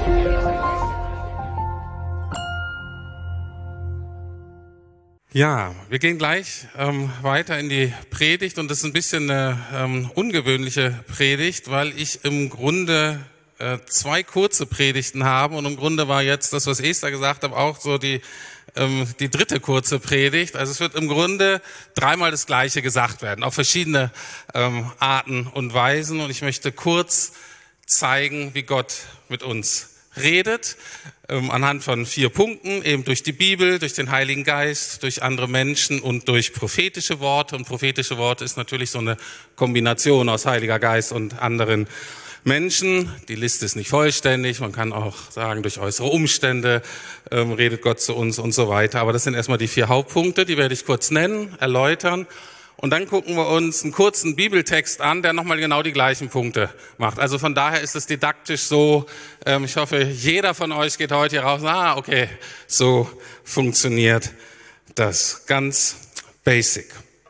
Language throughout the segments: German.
Ja, wir gehen gleich weiter in die Predigt und das ist ein bisschen eine ungewöhnliche Predigt, weil ich im Grunde zwei kurze Predigten habe und im Grunde war jetzt das, was Esther gesagt hat, auch so die dritte kurze Predigt. Also es wird im Grunde dreimal das Gleiche gesagt werden, auf verschiedene Arten und Weisen und ich möchte kurz zeigen, wie Gott mit uns redet, anhand von 4 Punkten, eben durch die Bibel, durch den Heiligen Geist, durch andere Menschen und durch prophetische Worte. Und prophetische Worte ist natürlich so eine Kombination aus Heiliger Geist und anderen Menschen. Die Liste ist nicht vollständig, man kann auch sagen, durch äußere Umstände redet Gott zu uns und so weiter. Aber das sind erstmal die 4 Hauptpunkte, die werde ich kurz nennen, erläutern. Und dann gucken wir uns einen kurzen Bibeltext an, der nochmal genau die gleichen Punkte macht. Also von daher ist es didaktisch so, ich hoffe, jeder von euch geht heute hier raus, okay, so funktioniert das. Ganz basic.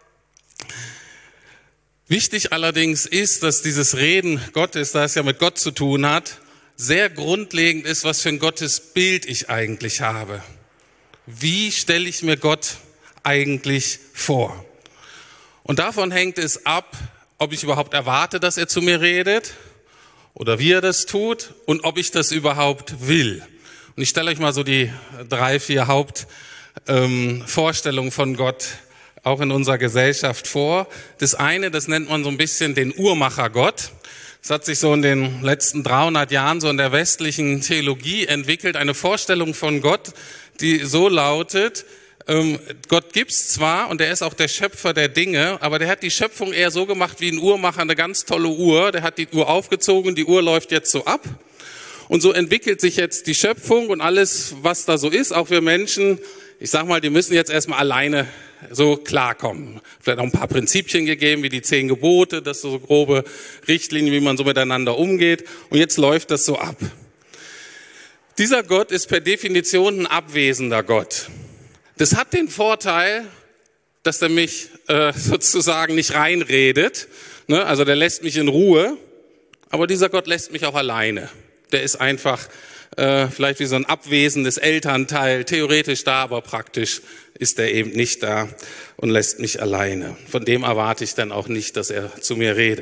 Wichtig allerdings ist, dass dieses Reden Gottes, da es ja mit Gott zu tun hat, sehr grundlegend ist, was für ein Gottesbild ich eigentlich habe. Wie stelle ich mir Gott eigentlich vor? Und davon hängt es ab, ob ich überhaupt erwarte, dass er zu mir redet oder wie er das tut und ob ich das überhaupt will. Und ich stelle euch mal so die 3, 4 Hauptvorstellungen von Gott auch in unserer Gesellschaft vor. Das eine, das nennt man so ein bisschen den Uhrmacher Gott. Das hat sich so in den letzten 300 Jahren so in der westlichen Theologie entwickelt. Eine Vorstellung von Gott, die so lautet: Gott gibt's zwar und er ist auch der Schöpfer der Dinge, aber der hat die Schöpfung eher so gemacht wie ein Uhrmacher, eine ganz tolle Uhr. Der hat die Uhr aufgezogen, die Uhr läuft jetzt so ab. Und so entwickelt sich jetzt die Schöpfung und alles, was da so ist, auch wir Menschen, ich sag mal, die müssen jetzt erstmal alleine so klarkommen. Vielleicht auch ein paar Prinzipien gegeben, wie die 10 Gebote, das so grobe Richtlinien, wie man so miteinander umgeht. Und jetzt läuft das so ab. Dieser Gott ist per Definition ein abwesender Gott. Das hat den Vorteil, dass er mich sozusagen nicht reinredet, ne? Also der lässt mich in Ruhe, aber dieser Gott lässt mich auch alleine. Der ist einfach vielleicht wie so ein abwesendes Elternteil, theoretisch da, aber praktisch ist er eben nicht da und lässt mich alleine. Von dem erwarte ich dann auch nicht, dass er zu mir redet.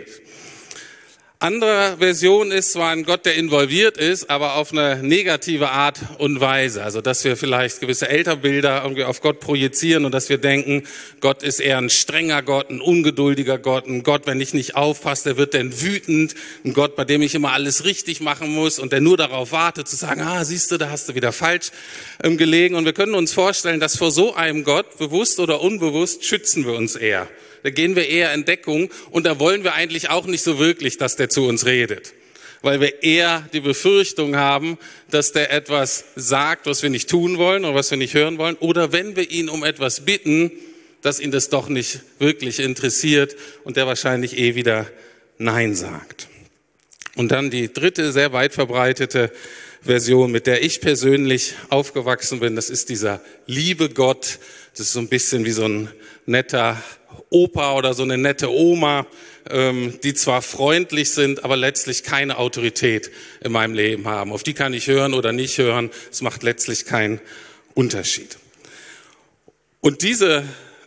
Andere Version ist zwar ein Gott, der involviert ist, aber auf eine negative Art und Weise. Also, dass wir vielleicht gewisse Elternbilder irgendwie auf Gott projizieren und dass wir denken, Gott ist eher ein strenger Gott, ein ungeduldiger Gott, ein Gott, wenn ich nicht aufpasse, der wird dann wütend, ein Gott, bei dem ich immer alles richtig machen muss und der nur darauf wartet zu sagen, siehst du, da hast du wieder falsch gelegen. Und wir können uns vorstellen, dass vor so einem Gott, bewusst oder unbewusst, schützen wir uns eher. Da gehen wir eher in Deckung und da wollen wir eigentlich auch nicht so wirklich, dass der zu uns redet. Weil wir eher die Befürchtung haben, dass der etwas sagt, was wir nicht tun wollen oder was wir nicht hören wollen. Oder wenn wir ihn um etwas bitten, dass ihn das doch nicht wirklich interessiert und der wahrscheinlich wieder Nein sagt. Und dann die dritte, sehr weit verbreitete Version, mit der ich persönlich aufgewachsen bin, das ist dieser liebe Gott. Das ist so ein bisschen wie so ein netter Opa oder so eine nette Oma, die zwar freundlich sind, aber letztlich keine Autorität in meinem Leben haben. Auf die kann ich hören oder nicht hören. Es macht letztlich keinen Unterschied. Und diese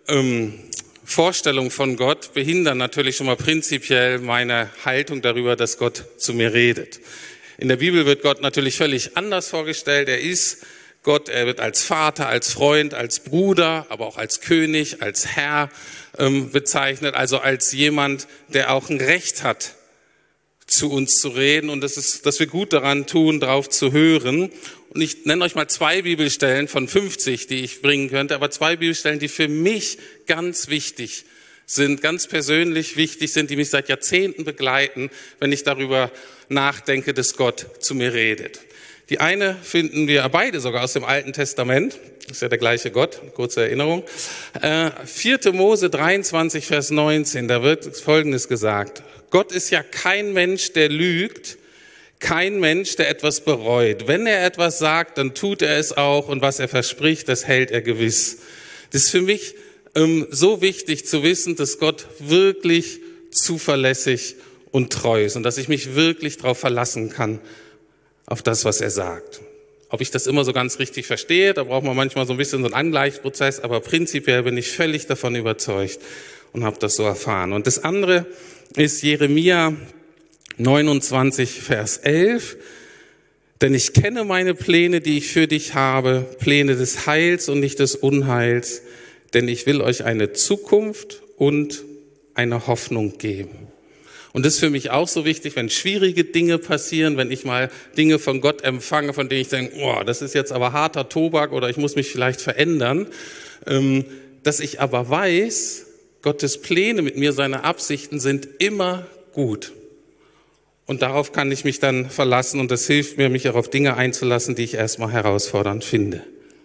Vorstellung von Gott behindern natürlich schon mal prinzipiell meine Haltung darüber, dass Gott zu mir redet. In der Bibel wird Gott natürlich völlig anders vorgestellt. Er ist Gott, er wird als Vater, als Freund, als Bruder, aber auch als König, als Herr bezeichnet, also als jemand, der auch ein Recht hat, zu uns zu reden und dass wir gut daran tun, drauf zu hören. Und ich nenne euch mal 2 Bibelstellen von 50, die ich bringen könnte, aber 2 Bibelstellen, die für mich ganz wichtig sind, ganz persönlich wichtig sind, die mich seit Jahrzehnten begleiten, wenn ich darüber nachdenke, dass Gott zu mir redet. Die eine finden wir beide sogar aus dem Alten Testament. Das ist ja der gleiche Gott, kurze Erinnerung. 4. Mose 23, Vers 19, da wird Folgendes gesagt. Gott ist ja kein Mensch, der lügt, kein Mensch, der etwas bereut. Wenn er etwas sagt, dann tut er es auch und was er verspricht, das hält er gewiss. Das ist für mich so wichtig zu wissen, dass Gott wirklich zuverlässig und treu ist und dass ich mich wirklich darauf verlassen kann, auf das, was er sagt. Ob ich das immer so ganz richtig verstehe, da braucht man manchmal so ein bisschen so einen Angleichprozess, aber prinzipiell bin ich völlig davon überzeugt und habe das so erfahren. Und das andere ist Jeremia 29, Vers 11. Denn ich kenne meine Pläne, die ich für dich habe, Pläne des Heils und nicht des Unheils, denn ich will euch eine Zukunft und eine Hoffnung geben. Und das ist für mich auch so wichtig, wenn schwierige Dinge passieren, wenn ich mal Dinge von Gott empfange, von denen ich denke, oh, das ist jetzt aber harter Tobak oder ich muss mich vielleicht verändern, dass ich aber weiß, Gottes Pläne mit mir, seine Absichten sind immer gut. Und darauf kann ich mich dann verlassen und das hilft mir, mich auch auf Dinge einzulassen, die ich erstmal herausfordernd finde.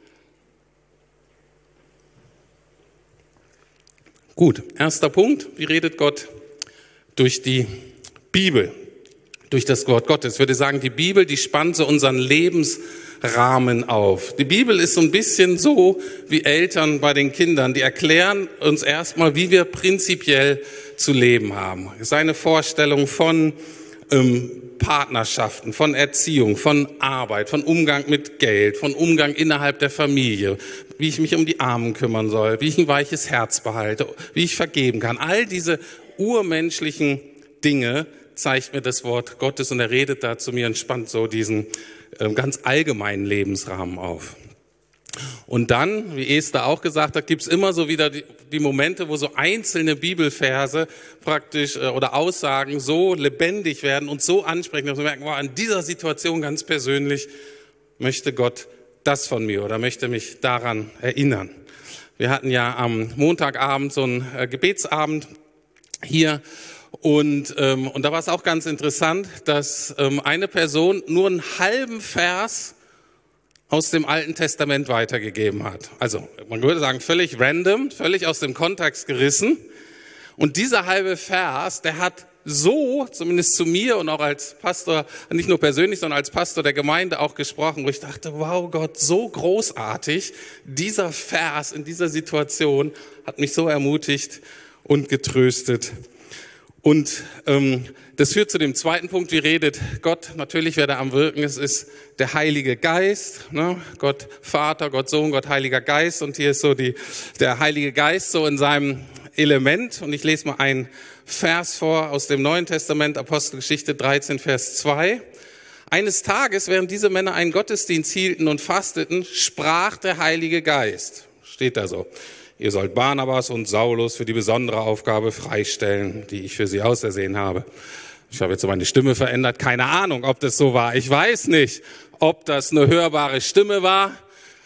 Gut, erster Punkt, wie redet Gott? Durch die Bibel, durch das Wort Gottes. Ich würde sagen, die Bibel, die spannt so unseren Lebensrahmen auf. Die Bibel ist so ein bisschen so wie Eltern bei den Kindern. Die erklären uns erstmal, wie wir prinzipiell zu leben haben. Das ist eine Vorstellung von Partnerschaften, von Erziehung, von Arbeit, von Umgang mit Geld, von Umgang innerhalb der Familie, wie ich mich um die Armen kümmern soll, wie ich ein weiches Herz behalte, wie ich vergeben kann. All diese urmenschlichen Dinge zeigt mir das Wort Gottes und er redet da zu mir und spannt so diesen ganz allgemeinen Lebensrahmen auf. Und dann, wie Esther auch gesagt hat, gibt's immer so wieder die Momente, wo so einzelne Bibelverse praktisch oder Aussagen so lebendig werden und so ansprechen, dass wir merken, wow, in dieser Situation ganz persönlich möchte Gott das von mir oder möchte mich daran erinnern. Wir hatten ja am Montagabend so einen Gebetsabend hier und da war es auch ganz interessant, dass eine Person nur einen halben Vers aus dem Alten Testament weitergegeben hat. Also man würde sagen, völlig random, völlig aus dem Kontext gerissen. Und dieser halbe Vers, der hat so, zumindest zu mir und auch als Pastor, nicht nur persönlich, sondern als Pastor der Gemeinde auch gesprochen, wo ich dachte, wow Gott, so großartig. Dieser Vers in dieser Situation hat mich so ermutigt und getröstet. Und das führt zu dem zweiten Punkt, wie redet Gott? Natürlich, wer da am Wirken ist, ist der Heilige Geist. Ne? Gott Vater, Gott Sohn, Gott Heiliger Geist. Und hier ist so der Heilige Geist so in seinem Element. Und ich lese mal einen Vers vor aus dem Neuen Testament, Apostelgeschichte 13, Vers 2. Eines Tages, während diese Männer einen Gottesdienst hielten und fasteten, sprach der Heilige Geist. Steht da so. Ihr sollt Barnabas und Saulus für die besondere Aufgabe freistellen, die ich für sie ausersehen habe. Ich habe jetzt so meine Stimme verändert. Keine Ahnung, ob das so war. Ich weiß nicht, ob das eine hörbare Stimme war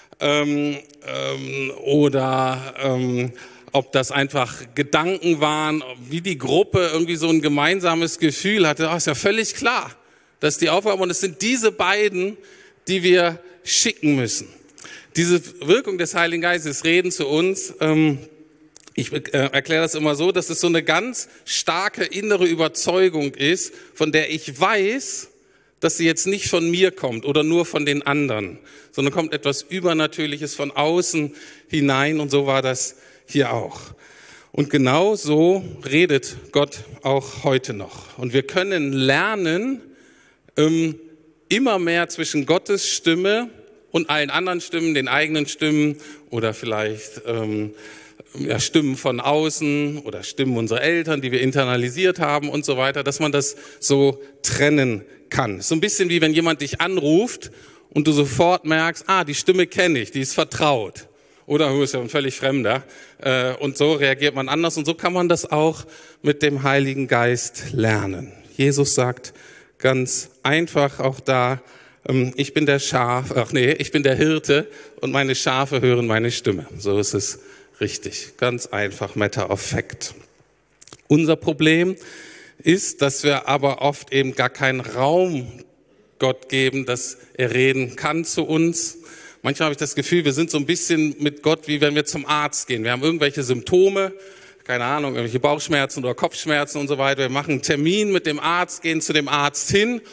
oder ob das einfach Gedanken waren, wie die Gruppe irgendwie so ein gemeinsames Gefühl hatte. Ist ja völlig klar, dass die Aufgabe, und es sind diese beiden, die wir schicken müssen. Diese Wirkung des Heiligen Geistes reden zu uns. Ich erkläre das immer so, dass es so eine ganz starke innere Überzeugung ist, von der ich weiß, dass sie jetzt nicht von mir kommt oder nur von den anderen, sondern kommt etwas Übernatürliches von außen hinein und so war das hier auch. Und genau so redet Gott auch heute noch. Und wir können lernen, immer mehr zwischen Gottes Stimme und allen anderen Stimmen, den eigenen Stimmen oder vielleicht Stimmen von außen oder Stimmen unserer Eltern, die wir internalisiert haben und so weiter, dass man das so trennen kann. So ein bisschen wie wenn jemand dich anruft und du sofort merkst, die Stimme kenne ich, die ist vertraut. Oder du bist ja ein völlig Fremder. Und so reagiert man anders und so kann man das auch mit dem Heiligen Geist lernen. Jesus sagt ganz einfach auch da, ich bin der Hirte und meine Schafe hören meine Stimme. So ist es richtig. Ganz einfach, matter of fact. Unser Problem ist, dass wir aber oft eben gar keinen Raum Gott geben, dass er reden kann zu uns. Manchmal habe ich das Gefühl, wir sind so ein bisschen mit Gott, wie wenn wir zum Arzt gehen. Wir haben irgendwelche Symptome, keine Ahnung, irgendwelche Bauchschmerzen oder Kopfschmerzen und so weiter. Wir machen einen Termin mit dem Arzt, gehen zu dem Arzt hin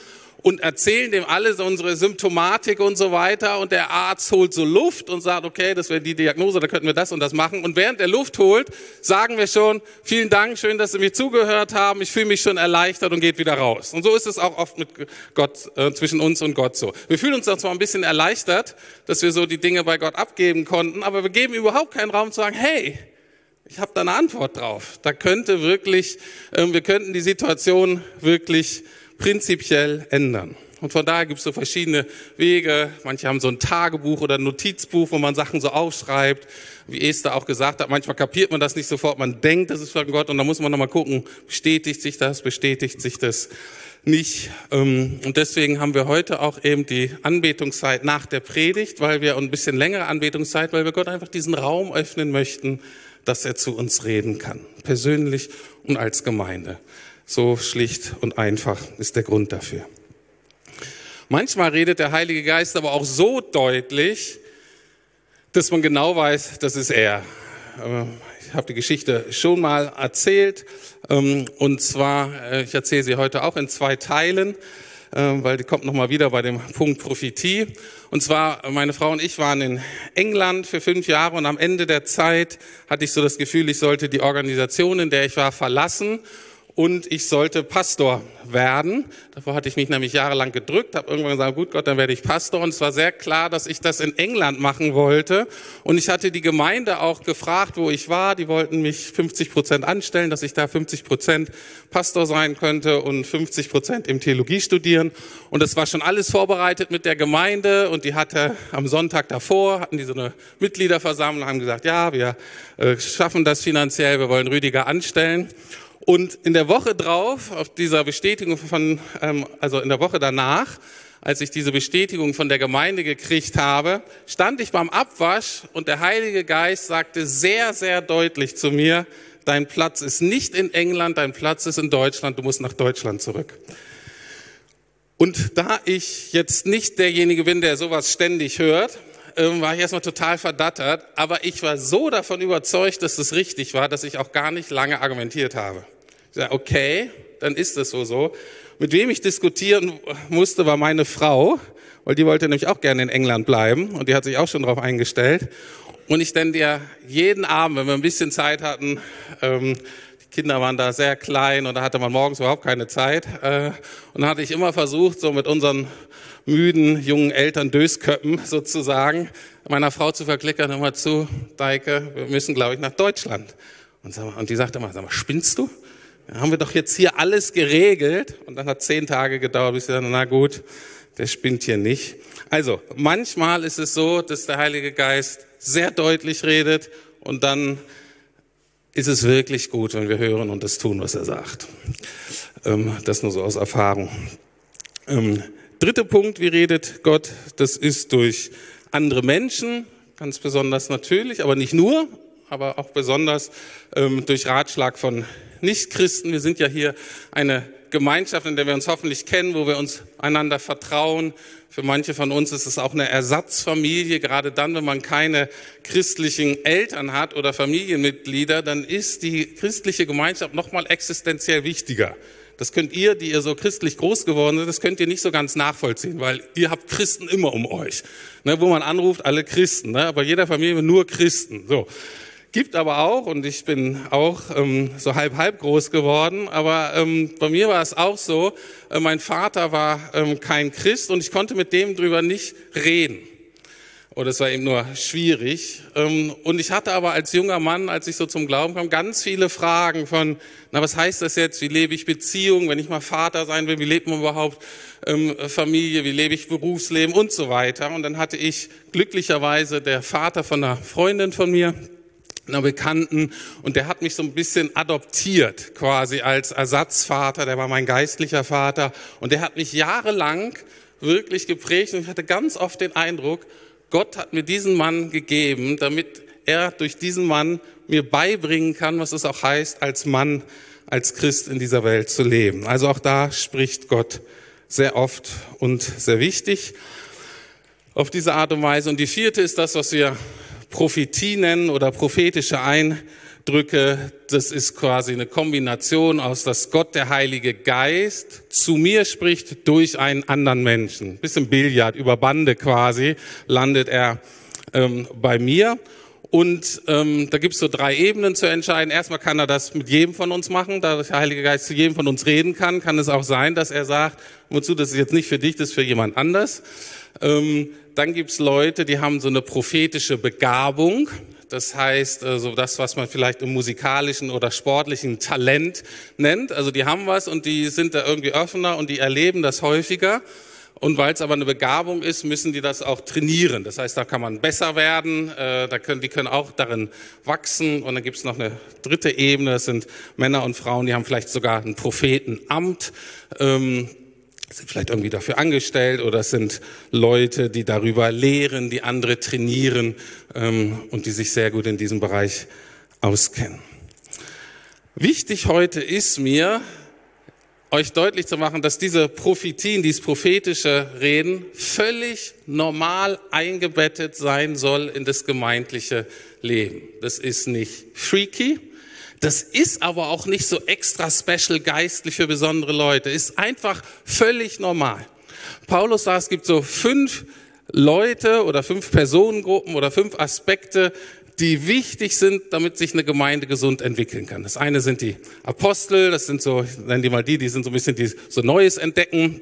und erzählen dem alle so unsere Symptomatik und so weiter. Und der Arzt holt so Luft und sagt, okay, das wäre die Diagnose, da könnten wir das und das machen. Und während der Luft holt, sagen wir schon, vielen Dank, schön, dass Sie mir zugehört haben. Ich fühle mich schon erleichtert und geht wieder raus. Und so ist es auch oft mit Gott, zwischen uns und Gott so. Wir fühlen uns zwar ein bisschen erleichtert, dass wir so die Dinge bei Gott abgeben konnten, aber wir geben überhaupt keinen Raum zu sagen, hey, ich habe da eine Antwort drauf. Da könnte wirklich, wir könnten die Situation wirklich prinzipiell ändern. Und von daher gibt es so verschiedene Wege. Manche haben so ein Tagebuch oder ein Notizbuch, wo man Sachen so aufschreibt. Wie Esther auch gesagt hat, manchmal kapiert man das nicht sofort. Man denkt, das ist von Gott und dann muss man nochmal gucken, bestätigt sich das nicht. Und deswegen haben wir heute auch eben die Anbetungszeit nach der Predigt, weil wir ein bisschen längere Anbetungszeit, weil wir Gott einfach diesen Raum öffnen möchten, dass er zu uns reden kann, persönlich und als Gemeinde. So schlicht und einfach ist der Grund dafür. Manchmal redet der Heilige Geist aber auch so deutlich, dass man genau weiß, das ist er. Ich habe die Geschichte schon mal erzählt, und zwar, ich erzähle sie heute auch in 2 Teilen, weil die kommt nochmal wieder bei dem Punkt Prophetie. Und zwar, meine Frau und ich waren in England für 5 Jahre und am Ende der Zeit hatte ich so das Gefühl, ich sollte die Organisation, in der ich war, verlassen und ich sollte Pastor werden. Davor hatte ich mich nämlich jahrelang gedrückt, habe irgendwann gesagt, gut Gott, dann werde ich Pastor. Und es war sehr klar, dass ich das in England machen wollte. Und ich hatte die Gemeinde auch gefragt, wo ich war. Die wollten mich 50% anstellen, dass ich da 50% Pastor sein könnte und 50% im Theologie studieren. Und das war schon alles vorbereitet mit der Gemeinde. Und die hatte am Sonntag davor, hatten die so eine Mitgliederversammlung, haben gesagt, ja, wir schaffen das finanziell, wir wollen Rüdiger anstellen. Und in der Woche drauf, auf dieser Bestätigung also in der Woche danach, als ich diese Bestätigung von der Gemeinde gekriegt habe, stand ich beim Abwasch und der Heilige Geist sagte sehr, sehr deutlich zu mir, dein Platz ist nicht in England, dein Platz ist in Deutschland, du musst nach Deutschland zurück. Und da ich jetzt nicht derjenige bin, der sowas ständig hört, war ich erstmal total verdattert, aber ich war so davon überzeugt, dass das richtig war, dass ich auch gar nicht lange argumentiert habe. Ich sage, okay, dann ist es so. Mit wem ich diskutieren musste, war meine Frau, weil die wollte nämlich auch gerne in England bleiben und die hat sich auch schon darauf eingestellt. Und ich dann dir jeden Abend, wenn wir ein bisschen Zeit hatten, die Kinder waren da sehr klein und da hatte man morgens überhaupt keine Zeit, und dann hatte ich immer versucht, so mit unseren müden, jungen Eltern Dösköppen sozusagen, meiner Frau zu verklickern, hör mal zu, Deike, wir müssen, glaube ich, nach Deutschland. Und die sagte immer, sag mal, spinnst du? Dann haben wir doch jetzt hier alles geregelt. Und dann hat 10 Tage gedauert, bis ich dachte, na gut, der spinnt hier nicht. Also, manchmal ist es so, dass der Heilige Geist sehr deutlich redet und dann ist es wirklich gut, wenn wir hören und das tun, was er sagt. Das nur so aus Erfahrung. 3. Punkt, wie redet Gott? Das ist durch andere Menschen, ganz besonders natürlich, aber nicht nur, aber auch besonders durch Ratschlag von Nichtchristen. Wir sind ja hier eine Gemeinschaft, in der wir uns hoffentlich kennen, wo wir uns einander vertrauen. Für manche von uns ist es auch eine Ersatzfamilie. Gerade dann, wenn man keine christlichen Eltern hat oder Familienmitglieder, dann ist die christliche Gemeinschaft nochmal existenziell wichtiger. Das könnt ihr, die ihr so christlich groß geworden seid, das könnt ihr nicht so ganz nachvollziehen, weil ihr habt Christen immer um euch. Ne, wo man anruft, alle Christen, ne, aber jeder Familie nur Christen. So. Gibt aber auch, und ich bin auch so halb groß geworden, aber bei mir war es auch so, mein Vater war kein Christ und ich konnte mit dem drüber nicht reden. Oder es war eben nur schwierig. Und ich hatte aber als junger Mann, als ich so zum Glauben kam, ganz viele Fragen von, na, was heißt das jetzt? Wie lebe ich Beziehung, wenn ich mal Vater sein will? Wie lebt man überhaupt Familie? Wie lebe ich Berufsleben und so weiter? Und dann hatte ich glücklicherweise der Vater von einer Freundin von mir, einer Bekannten, und der hat mich so ein bisschen adoptiert, quasi als Ersatzvater. Der war mein geistlicher Vater und der hat mich jahrelang wirklich geprägt und ich hatte ganz oft den Eindruck, Gott hat mir diesen Mann gegeben, damit er durch diesen Mann mir beibringen kann, was es auch heißt, als Mann, als Christ in dieser Welt zu leben. Also auch da spricht Gott sehr oft und sehr wichtig auf diese Art und Weise. Und die 4. ist das, was wir Prophetie nennen oder prophetische Eingebung. ausdrücke, das ist quasi eine Kombination aus, dass Gott, der Heilige Geist, zu mir spricht durch einen anderen Menschen. Bisschen Billard, über Bande quasi, landet er bei mir. Und da gibt es so 3 Ebenen zu entscheiden. Erstmal kann er das mit jedem von uns machen. Da der Heilige Geist zu jedem von uns reden kann, kann es auch sein, dass er sagt, wozu, das ist jetzt nicht für dich, das ist für jemand anders. Dann gibt es Leute, die haben so eine prophetische Begabung. Das heißt, so das, was man vielleicht im musikalischen oder sportlichen Talent nennt. Also die haben was und die sind da irgendwie offener und die erleben das häufiger. Und weil es aber eine Begabung ist, müssen die das auch trainieren. Das heißt, da kann man besser werden, die können auch darin wachsen. Und dann gibt es noch eine 3. Ebene, das sind Männer und Frauen, die haben vielleicht sogar ein Prophetenamt, sind vielleicht irgendwie dafür angestellt oder es sind Leute, die darüber lehren, die andere trainieren und die sich sehr gut in diesem Bereich auskennen. Wichtig heute ist mir, euch deutlich zu machen, dass diese Prophetien, dieses prophetische Reden völlig normal eingebettet sein soll in das gemeindliche Leben. Das ist nicht freaky, das ist aber auch nicht so extra special geistlich für besondere Leute, ist einfach völlig normal. Paulus sagt, es gibt so 5 Leute oder 5 Personengruppen oder 5 Aspekte, die wichtig sind, damit sich eine Gemeinde gesund entwickeln kann. Das eine sind die Apostel, das sind so, ich nenne die mal die sind so ein bisschen die so Neues entdecken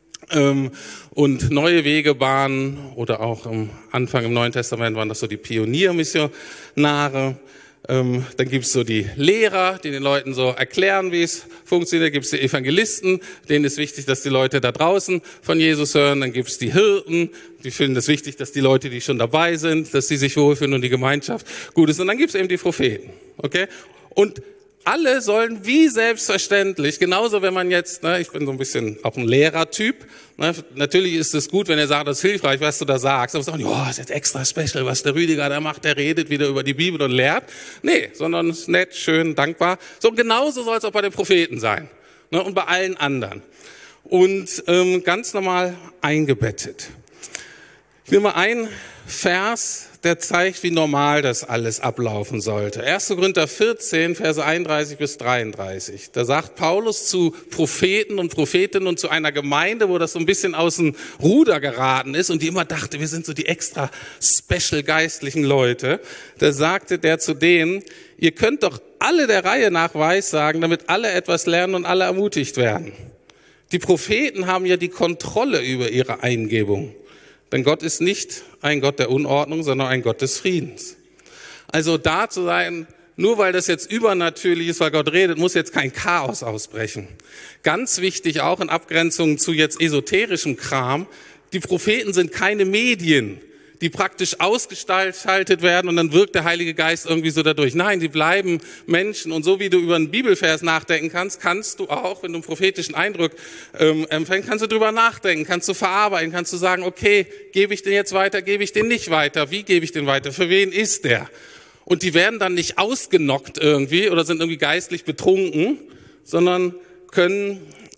und neue Wege bahnen oder auch am Anfang im Neuen Testament waren das so die Pioniermissionare. Dann gibt es so die Lehrer, die den Leuten so erklären, wie es funktioniert. Dann gibt es die Evangelisten, denen ist wichtig, dass die Leute da draußen von Jesus hören. Dann gibt es die Hirten, die finden es wichtig, dass die Leute, die schon dabei sind, dass sie sich wohlfühlen und die Gemeinschaft gut ist. Und dann gibt es eben die Propheten, okay? Und alle sollen wie selbstverständlich, genauso wenn man jetzt, ich bin so ein bisschen auch ein Lehrertyp, natürlich ist es gut, wenn er sagt, das ist hilfreich, was du da sagst, aber sagen, ist jetzt extra special, was der Rüdiger da macht, der redet wieder über die Bibel und lehrt. Nee, sondern es ist nett, schön, dankbar. So, genauso soll es auch bei den Propheten sein, und bei allen anderen. Und ganz normal eingebettet. Ich will mal einen Vers, der zeigt, wie normal das alles ablaufen sollte. 1. Korinther 14, Verse 31 bis 33. Da sagt Paulus zu Propheten und Prophetinnen und zu einer Gemeinde, wo das so ein bisschen aus dem Ruder geraten ist und die immer dachte, wir sind so die extra special geistlichen Leute. Da sagte der zu denen, ihr könnt doch alle der Reihe nach Weissagen, damit alle etwas lernen und alle ermutigt werden. Die Propheten haben ja die Kontrolle über ihre Eingebung. Denn Gott ist nicht ein Gott der Unordnung, sondern ein Gott des Friedens. Also da zu sein, nur weil das jetzt übernatürlich ist, weil Gott redet, muss jetzt kein Chaos ausbrechen. Ganz wichtig auch in Abgrenzung zu jetzt esoterischem Kram, die Propheten sind keine Medien, die praktisch ausgestaltet werden und dann wirkt der Heilige Geist irgendwie so dadurch. Nein, die bleiben Menschen und so wie du über einen Bibelvers nachdenken kannst, kannst du auch, wenn du einen prophetischen Eindruck empfängst, kannst du drüber nachdenken, kannst du verarbeiten, kannst du sagen, okay, gebe ich den jetzt weiter, gebe ich den nicht weiter, wie gebe ich den weiter, für wen ist der? Und die werden dann nicht ausgenockt irgendwie oder sind irgendwie geistlich betrunken, sondern können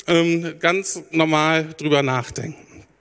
ganz normal drüber nachdenken.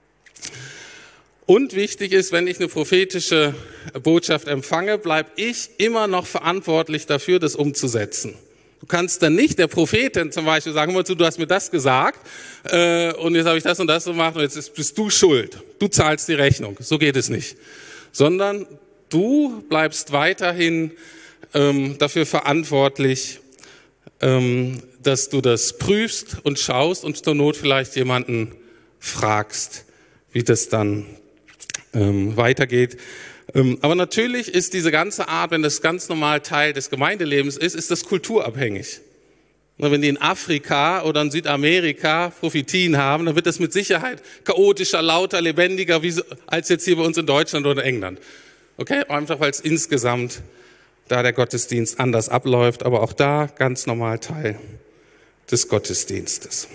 Und wichtig ist, wenn ich eine prophetische Botschaft empfange, bleibe ich immer noch verantwortlich dafür, das umzusetzen. Du kannst dann nicht der Prophetin zum Beispiel sagen, hör mal zu, du hast mir das gesagt und jetzt habe ich das und das gemacht und jetzt bist du schuld. Du zahlst die Rechnung. So geht es nicht. Sondern du bleibst weiterhin dafür verantwortlich, dass du das prüfst und schaust und zur Not vielleicht jemanden fragst, wie das dann weitergeht. Aber natürlich ist diese ganze Art, wenn das ganz normal Teil des Gemeindelebens ist das kulturabhängig. Und wenn die in Afrika oder in Südamerika Prophetien haben, dann wird das mit Sicherheit chaotischer, lauter, lebendiger, als jetzt hier bei uns in Deutschland oder England. Okay? Einfach weil es insgesamt da der Gottesdienst anders abläuft, aber auch da ganz normal Teil des Gottesdienstes.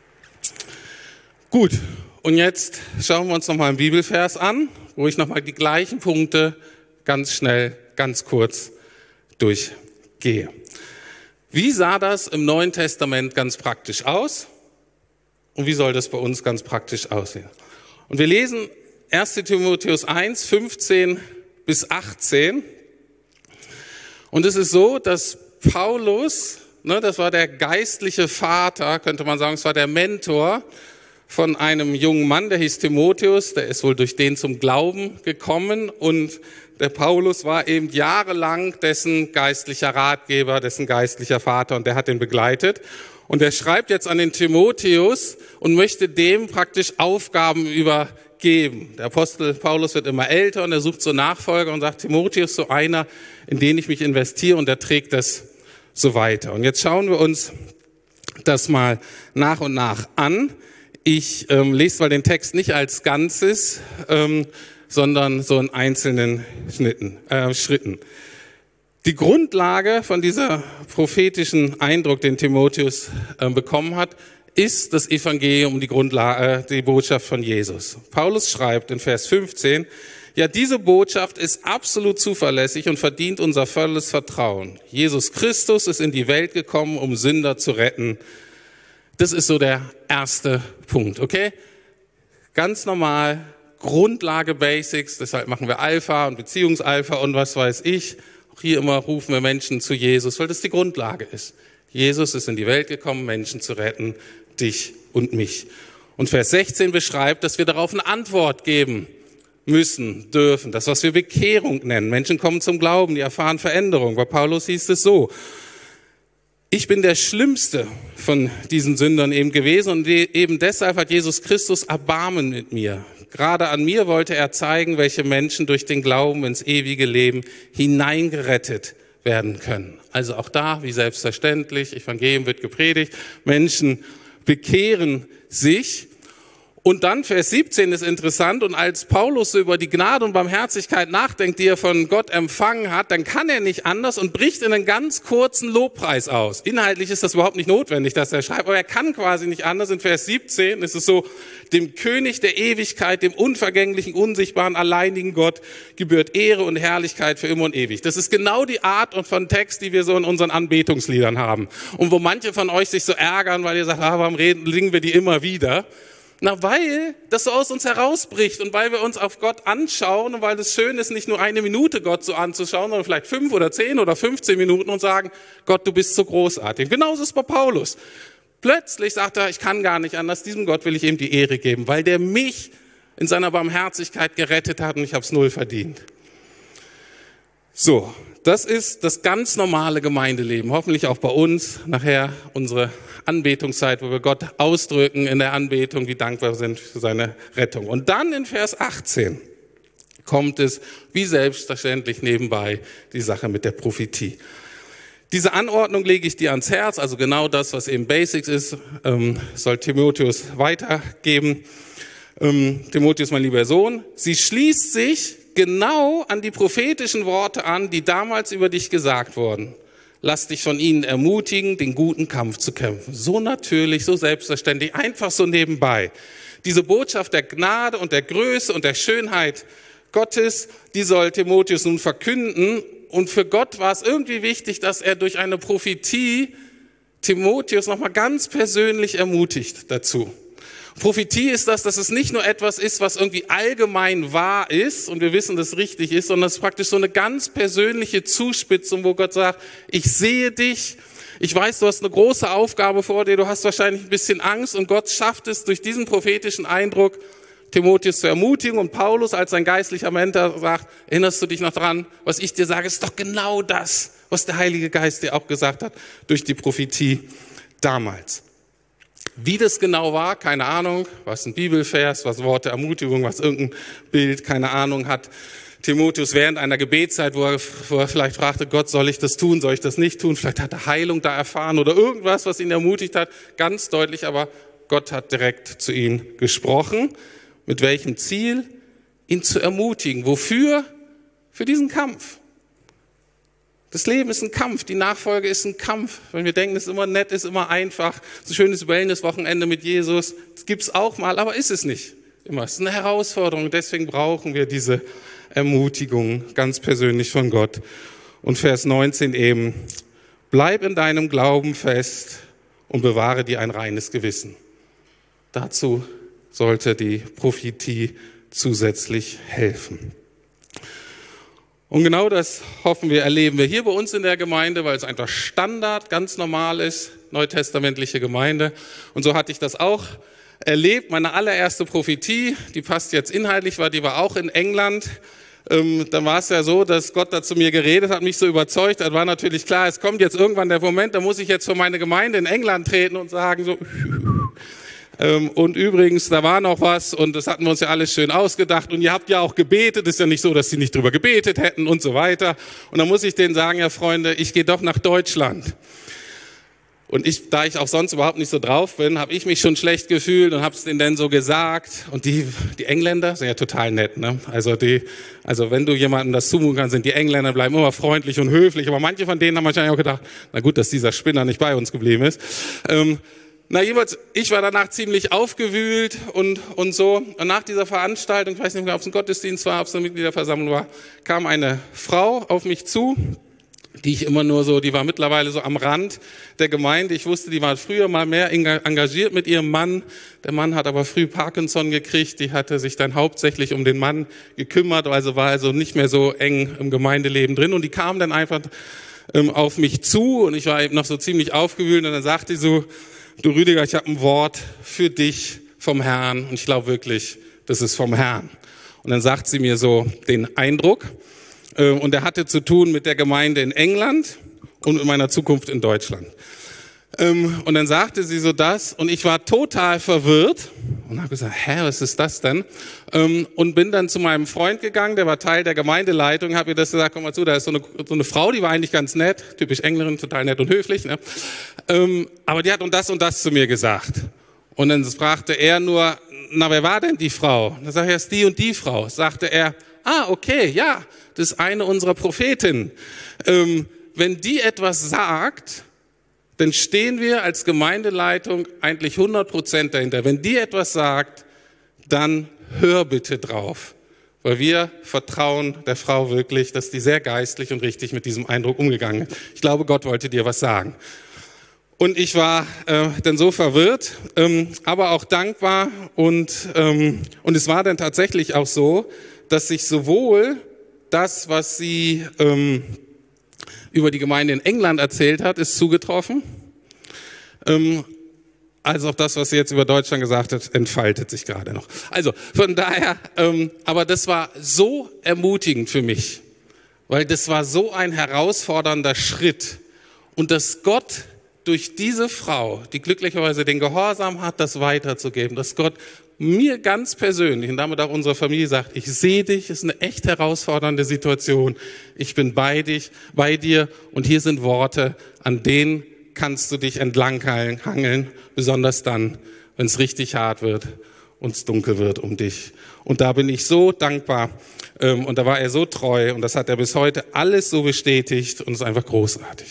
Gut. Und jetzt schauen wir uns nochmal einen Bibelvers an, wo ich nochmal die gleichen Punkte ganz schnell, ganz kurz durchgehe. Wie sah das im Neuen Testament ganz praktisch aus? Und wie soll das bei uns ganz praktisch aussehen? Und wir lesen 1. Timotheus 1, 15 bis 18. Und es ist so, dass Paulus, das war der geistliche Vater, könnte man sagen, es war der Mentor von einem jungen Mann, der hieß Timotheus, der ist wohl durch den zum Glauben gekommen und der Paulus war eben jahrelang dessen geistlicher Ratgeber, dessen geistlicher Vater und der hat ihn begleitet. Und er schreibt jetzt an den Timotheus und möchte dem praktisch Aufgaben übergeben. Der Apostel Paulus wird immer älter und er sucht so Nachfolger und sagt, Timotheus, so einer, in den ich mich investiere und der trägt das so weiter. Und jetzt schauen wir uns das mal nach und nach an. Ich lese mal den Text nicht als Ganzes, sondern so in einzelnen Schritten. Die Grundlage von dieser prophetischen Eindruck, den Timotheus bekommen hat, ist das Evangelium, die Botschaft von Jesus. Paulus schreibt in Vers 15, ja, diese Botschaft ist absolut zuverlässig und verdient unser volles Vertrauen. Jesus Christus ist in die Welt gekommen, um Sünder zu retten. Das ist so der erste Punkt, okay? Ganz normal, Grundlage, Basics, deshalb machen wir Alpha und Beziehungsalpha und was weiß ich. Auch hier immer rufen wir Menschen zu Jesus, weil das die Grundlage ist. Jesus ist in die Welt gekommen, Menschen zu retten, dich und mich. Und Vers 16 beschreibt, dass wir darauf eine Antwort geben müssen, dürfen. Das, was wir Bekehrung nennen. Menschen kommen zum Glauben, die erfahren Veränderung. Bei Paulus hieß es so, ich bin der Schlimmste von diesen Sündern eben gewesen und eben deshalb hat Jesus Christus Erbarmen mit mir. Gerade an mir wollte er zeigen, welche Menschen durch den Glauben ins ewige Leben hineingerettet werden können. Also auch da, wie selbstverständlich, Evangelium wird gepredigt, Menschen bekehren sich. Und dann Vers 17 ist interessant und als Paulus so über die Gnade und Barmherzigkeit nachdenkt, die er von Gott empfangen hat, dann kann er nicht anders und bricht in einen ganz kurzen Lobpreis aus. Inhaltlich ist das überhaupt nicht notwendig, dass er schreibt, aber er kann quasi nicht anders. In Vers 17 ist es so, dem König der Ewigkeit, dem unvergänglichen, unsichtbaren, alleinigen Gott gebührt Ehre und Herrlichkeit für immer und ewig. Das ist genau die Art und von Text, die wir so in unseren Anbetungsliedern haben. Und wo manche von euch sich so ärgern, weil ihr sagt, warum singen wir die immer wieder? Na, weil das so aus uns herausbricht und weil wir uns auf Gott anschauen und weil es schön ist, nicht nur eine Minute Gott so anzuschauen, sondern vielleicht 5 oder 10 oder 15 Minuten und sagen, Gott, du bist so großartig. Genauso ist es bei Paulus. Plötzlich sagt er, ich kann gar nicht anders, diesem Gott will ich ihm die Ehre geben, weil der mich in seiner Barmherzigkeit gerettet hat und ich habe es 0 verdient. So, das ist das ganz normale Gemeindeleben, hoffentlich auch bei uns, nachher unsere Anbetungszeit, wo wir Gott ausdrücken in der Anbetung, wie dankbar wir sind für seine Rettung. Und dann in Vers 18 kommt es wie selbstverständlich nebenbei die Sache mit der Prophetie. Diese Anordnung lege ich dir ans Herz, also genau das, was eben Basics ist, soll Timotheus weitergeben. Timotheus, mein lieber Sohn, sie schließt sich genau an die prophetischen Worte an, die damals über dich gesagt wurden. Lass dich von ihnen ermutigen, den guten Kampf zu kämpfen. So natürlich, so selbstverständlich, einfach so nebenbei. Diese Botschaft der Gnade und der Größe und der Schönheit Gottes, die soll Timotheus nun verkünden. Und für Gott war es irgendwie wichtig, dass er durch eine Prophetie Timotheus nochmal ganz persönlich ermutigt dazu. Prophetie ist das, dass es nicht nur etwas ist, was irgendwie allgemein wahr ist und wir wissen, dass es richtig ist, sondern es ist praktisch so eine ganz persönliche Zuspitzung, wo Gott sagt, ich sehe dich, ich weiß, du hast eine große Aufgabe vor dir, du hast wahrscheinlich ein bisschen Angst und Gott schafft es durch diesen prophetischen Eindruck, Timotheus zu ermutigen und Paulus als sein geistlicher Mentor sagt, erinnerst du dich noch dran, was ich dir sage, ist doch genau das, was der Heilige Geist dir auch gesagt hat durch die Prophetie damals. Wie das genau war, keine Ahnung, was ein Bibelvers, was Worte Ermutigung, was irgendein Bild, keine Ahnung, hat Timotheus während einer Gebetszeit, wo er vielleicht fragte, Gott, soll ich das tun, soll ich das nicht tun? Vielleicht hat er Heilung da erfahren oder irgendwas, was ihn ermutigt hat. Ganz deutlich, aber Gott hat direkt zu ihm gesprochen. Mit welchem Ziel? Ihn zu ermutigen. Wofür? Für diesen Kampf. Das Leben ist ein Kampf, die Nachfolge ist ein Kampf. Wenn wir denken, es ist immer nett, ist immer einfach, so ein schönes Wellness-Wochenende mit Jesus, das gibt's auch mal, aber ist es nicht immer. Es ist eine Herausforderung, deswegen brauchen wir diese Ermutigung ganz persönlich von Gott. Und Vers 19 eben, bleib in deinem Glauben fest und bewahre dir ein reines Gewissen. Dazu sollte die Prophetie zusätzlich helfen. Und genau das hoffen wir, erleben wir hier bei uns in der Gemeinde, weil es einfach Standard, ganz normal ist, neutestamentliche Gemeinde. Und so hatte ich das auch erlebt. Meine allererste Prophetie, die passt jetzt inhaltlich, die war auch in England. Dann war es ja so, dass Gott da zu mir geredet hat, mich so überzeugt. Das war natürlich klar, es kommt jetzt irgendwann der Moment, da muss ich jetzt für meine Gemeinde in England treten und sagen so... Und übrigens, da war noch was und das hatten wir uns ja alles schön ausgedacht und ihr habt ja auch gebetet, ist ja nicht so, dass sie nicht drüber gebetet hätten und so weiter. Und dann muss ich denen sagen, ja Freunde, ich gehe doch nach Deutschland. Und da ich auch sonst überhaupt nicht so drauf bin, habe ich mich schon schlecht gefühlt und habe es denen dann so gesagt. Und die Engländer sind ja total nett, ne? Also wenn du jemandem das zumuten kannst, sind die Engländer, bleiben immer freundlich und höflich. Aber manche von denen haben wahrscheinlich auch gedacht, na gut, dass dieser Spinner nicht bei uns geblieben ist. Jedenfalls, ich war danach ziemlich aufgewühlt und so. Und nach dieser Veranstaltung, ich weiß nicht mehr, ob es ein Gottesdienst war, ob es eine Mitgliederversammlung war, kam eine Frau auf mich zu, die war mittlerweile so am Rand der Gemeinde. Ich wusste, die war früher mal mehr engagiert mit ihrem Mann. Der Mann hat aber früh Parkinson gekriegt. Die hatte sich dann hauptsächlich um den Mann gekümmert, war also nicht mehr so eng im Gemeindeleben drin. Und die kam dann einfach auf mich zu und ich war eben noch so ziemlich aufgewühlt. Und dann sagte sie so, du Rüdiger, ich habe ein Wort für dich vom Herrn und ich glaube wirklich, das ist vom Herrn. Und dann sagt sie mir so den Eindruck und der hatte zu tun mit der Gemeinde in England und mit meiner Zukunft in Deutschland. Und dann sagte sie so das und ich war total verwirrt und habe gesagt, was ist das denn? Und bin dann zu meinem Freund gegangen, der war Teil der Gemeindeleitung, habe ihr das gesagt, komm mal zu, da ist so eine Frau, die war eigentlich ganz nett, typisch Engländerin, total nett und höflich, ne? Aber die hat und das zu mir gesagt. Und dann fragte er nur, na, wer war denn die Frau? Dann sag ich, es ist die und die Frau. Sagte er, okay, ja, das ist eine unserer Prophetinnen. Wenn die etwas sagt, dann stehen wir als Gemeindeleitung eigentlich 100% dahinter. Wenn die etwas sagt, dann hör bitte drauf. Weil wir vertrauen der Frau wirklich, dass die sehr geistlich und richtig mit diesem Eindruck umgegangen ist. Ich glaube, Gott wollte dir was sagen. Und ich war dann so verwirrt, aber auch dankbar. Und es war dann tatsächlich auch so, dass sich sowohl das, was sie über die Gemeinde in England erzählt hat, ist zugetroffen. Also auch das, was sie jetzt über Deutschland gesagt hat, entfaltet sich gerade noch. Also von daher, aber das war so ermutigend für mich, weil das war so ein herausfordernder Schritt. Und dass Gott durch diese Frau, die glücklicherweise den Gehorsam hat, das weiterzugeben, dass Gott mir ganz persönlich und damit auch unserer Familie sagt, ich sehe dich, es ist eine echt herausfordernde Situation, ich bin bei dir und hier sind Worte, an denen kannst du dich entlang hangeln, besonders dann, wenn es richtig hart wird und es dunkel wird um dich. Und da bin ich so dankbar und da war er so treu und das hat er bis heute alles so bestätigt und es ist einfach großartig.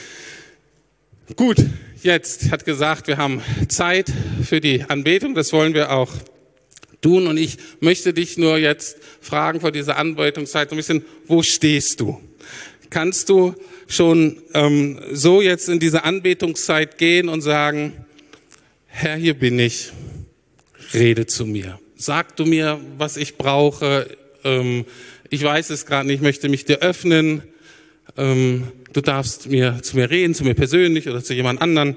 Gut, jetzt hat gesagt, wir haben Zeit für die Anbetung, das wollen wir auch tun. Und ich möchte dich nur jetzt fragen vor dieser Anbetungszeit so ein bisschen, wo stehst du? Kannst du schon so jetzt in diese Anbetungszeit gehen und sagen, Herr, hier bin ich, rede zu mir. Sag du mir, was ich brauche. Ich weiß es gerade nicht, ich möchte mich dir öffnen. Du darfst zu mir reden, zu mir persönlich oder zu jemand anderen.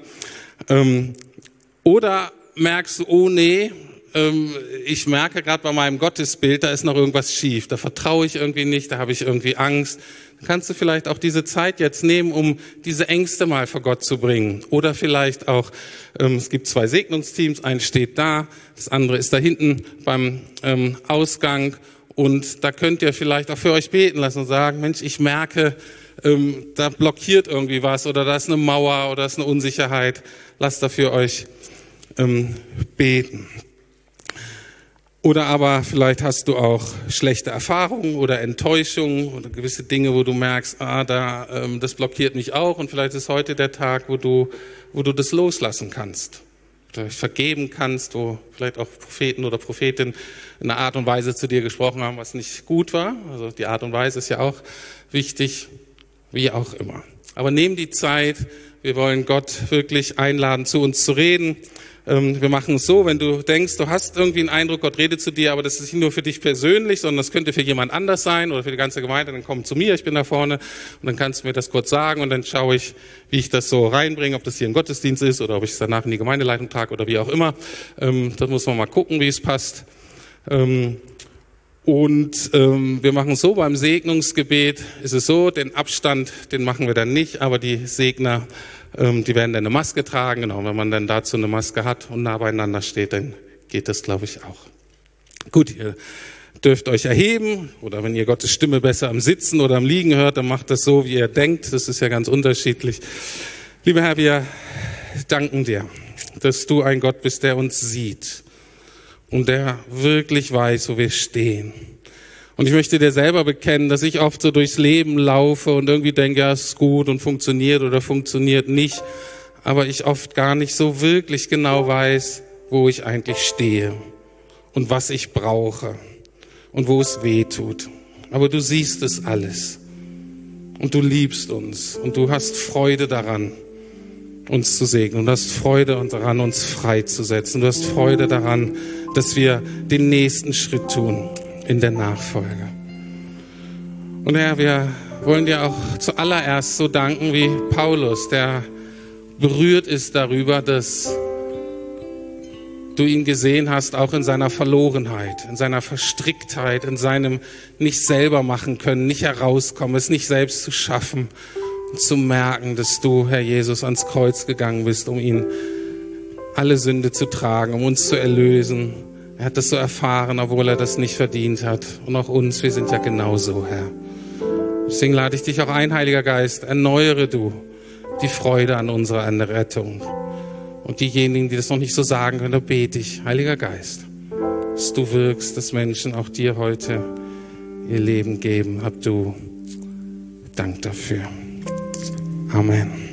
Oder merkst du, oh nee, ich merke gerade bei meinem Gottesbild, da ist noch irgendwas schief. Da vertraue ich irgendwie nicht, da habe ich irgendwie Angst. Dann kannst du vielleicht auch diese Zeit jetzt nehmen, um diese Ängste mal vor Gott zu bringen. Oder vielleicht auch, es gibt 2 Segnungsteams, eins steht da, das andere ist da hinten beim Ausgang. Und da könnt ihr vielleicht auch für euch beten lassen und sagen, Mensch, ich merke, da blockiert irgendwie was oder da ist eine Mauer oder da ist eine Unsicherheit. Lasst dafür euch beten. Oder aber vielleicht hast du auch schlechte Erfahrungen oder Enttäuschungen oder gewisse Dinge, wo du merkst, das blockiert mich auch und vielleicht ist heute der Tag, wo du das loslassen kannst. Oder vergeben kannst, wo vielleicht auch Propheten oder Prophetinnen in einer Art und Weise zu dir gesprochen haben, was nicht gut war. Also die Art und Weise ist ja auch wichtig, wie auch immer. Aber nimm die Zeit, Wir wollen Gott wirklich einladen, zu uns zu reden. Wir machen es so, wenn du denkst, du hast irgendwie einen Eindruck, Gott redet zu dir, aber das ist nicht nur für dich persönlich, sondern das könnte für jemand anders sein oder für die ganze Gemeinde, dann komm zu mir, ich bin da vorne und dann kannst du mir das kurz sagen und dann schaue ich, wie ich das so reinbringe, ob das hier ein Gottesdienst ist oder ob ich es danach in die Gemeindeleitung trage oder wie auch immer. Das muss man mal gucken, wie es passt. Wir machen es so, beim Segnungsgebet ist es so, den Abstand, den machen wir dann nicht, aber die Segner, die werden dann eine Maske tragen. Genau, wenn man dann dazu eine Maske hat und nah beieinander steht, dann geht das, glaube ich, auch. Gut, ihr dürft euch erheben oder wenn ihr Gottes Stimme besser am Sitzen oder am Liegen hört, dann macht das so, wie ihr denkt. Das ist ja ganz unterschiedlich. Lieber Herr, wir danken dir, dass du ein Gott bist, der uns sieht und der wirklich weiß, wo wir stehen. Und ich möchte dir selber bekennen, dass ich oft so durchs Leben laufe und irgendwie denke, ja, ist gut und funktioniert oder funktioniert nicht. Aber ich oft gar nicht so wirklich genau weiß, wo ich eigentlich stehe und was ich brauche und wo es weh tut. Aber du siehst es alles und du liebst uns und du hast Freude daran, uns zu segnen. Du hast Freude daran, uns freizusetzen. Du hast Freude daran, dass wir den nächsten Schritt tun in der Nachfolge. Und Herr, wir wollen dir auch zuallererst so danken wie Paulus, der berührt ist darüber, dass du ihn gesehen hast, auch in seiner Verlorenheit, in seiner Verstricktheit, in seinem nicht selber machen können, nicht herauskommen, es nicht selbst zu schaffen und zu merken, dass du, Herr Jesus, ans Kreuz gegangen bist, um ihn alle Sünde zu tragen, um uns zu erlösen. Er hat das so erfahren, obwohl er das nicht verdient hat. Und auch uns, wir sind ja genauso, Herr. Deswegen lade ich dich auch ein, Heiliger Geist, erneuere du die Freude an unserer Rettung. Und diejenigen, die das noch nicht so sagen können, da bete ich, Heiliger Geist, dass du wirkst, dass Menschen auch dir heute ihr Leben geben. Hab du Dank dafür. Amen.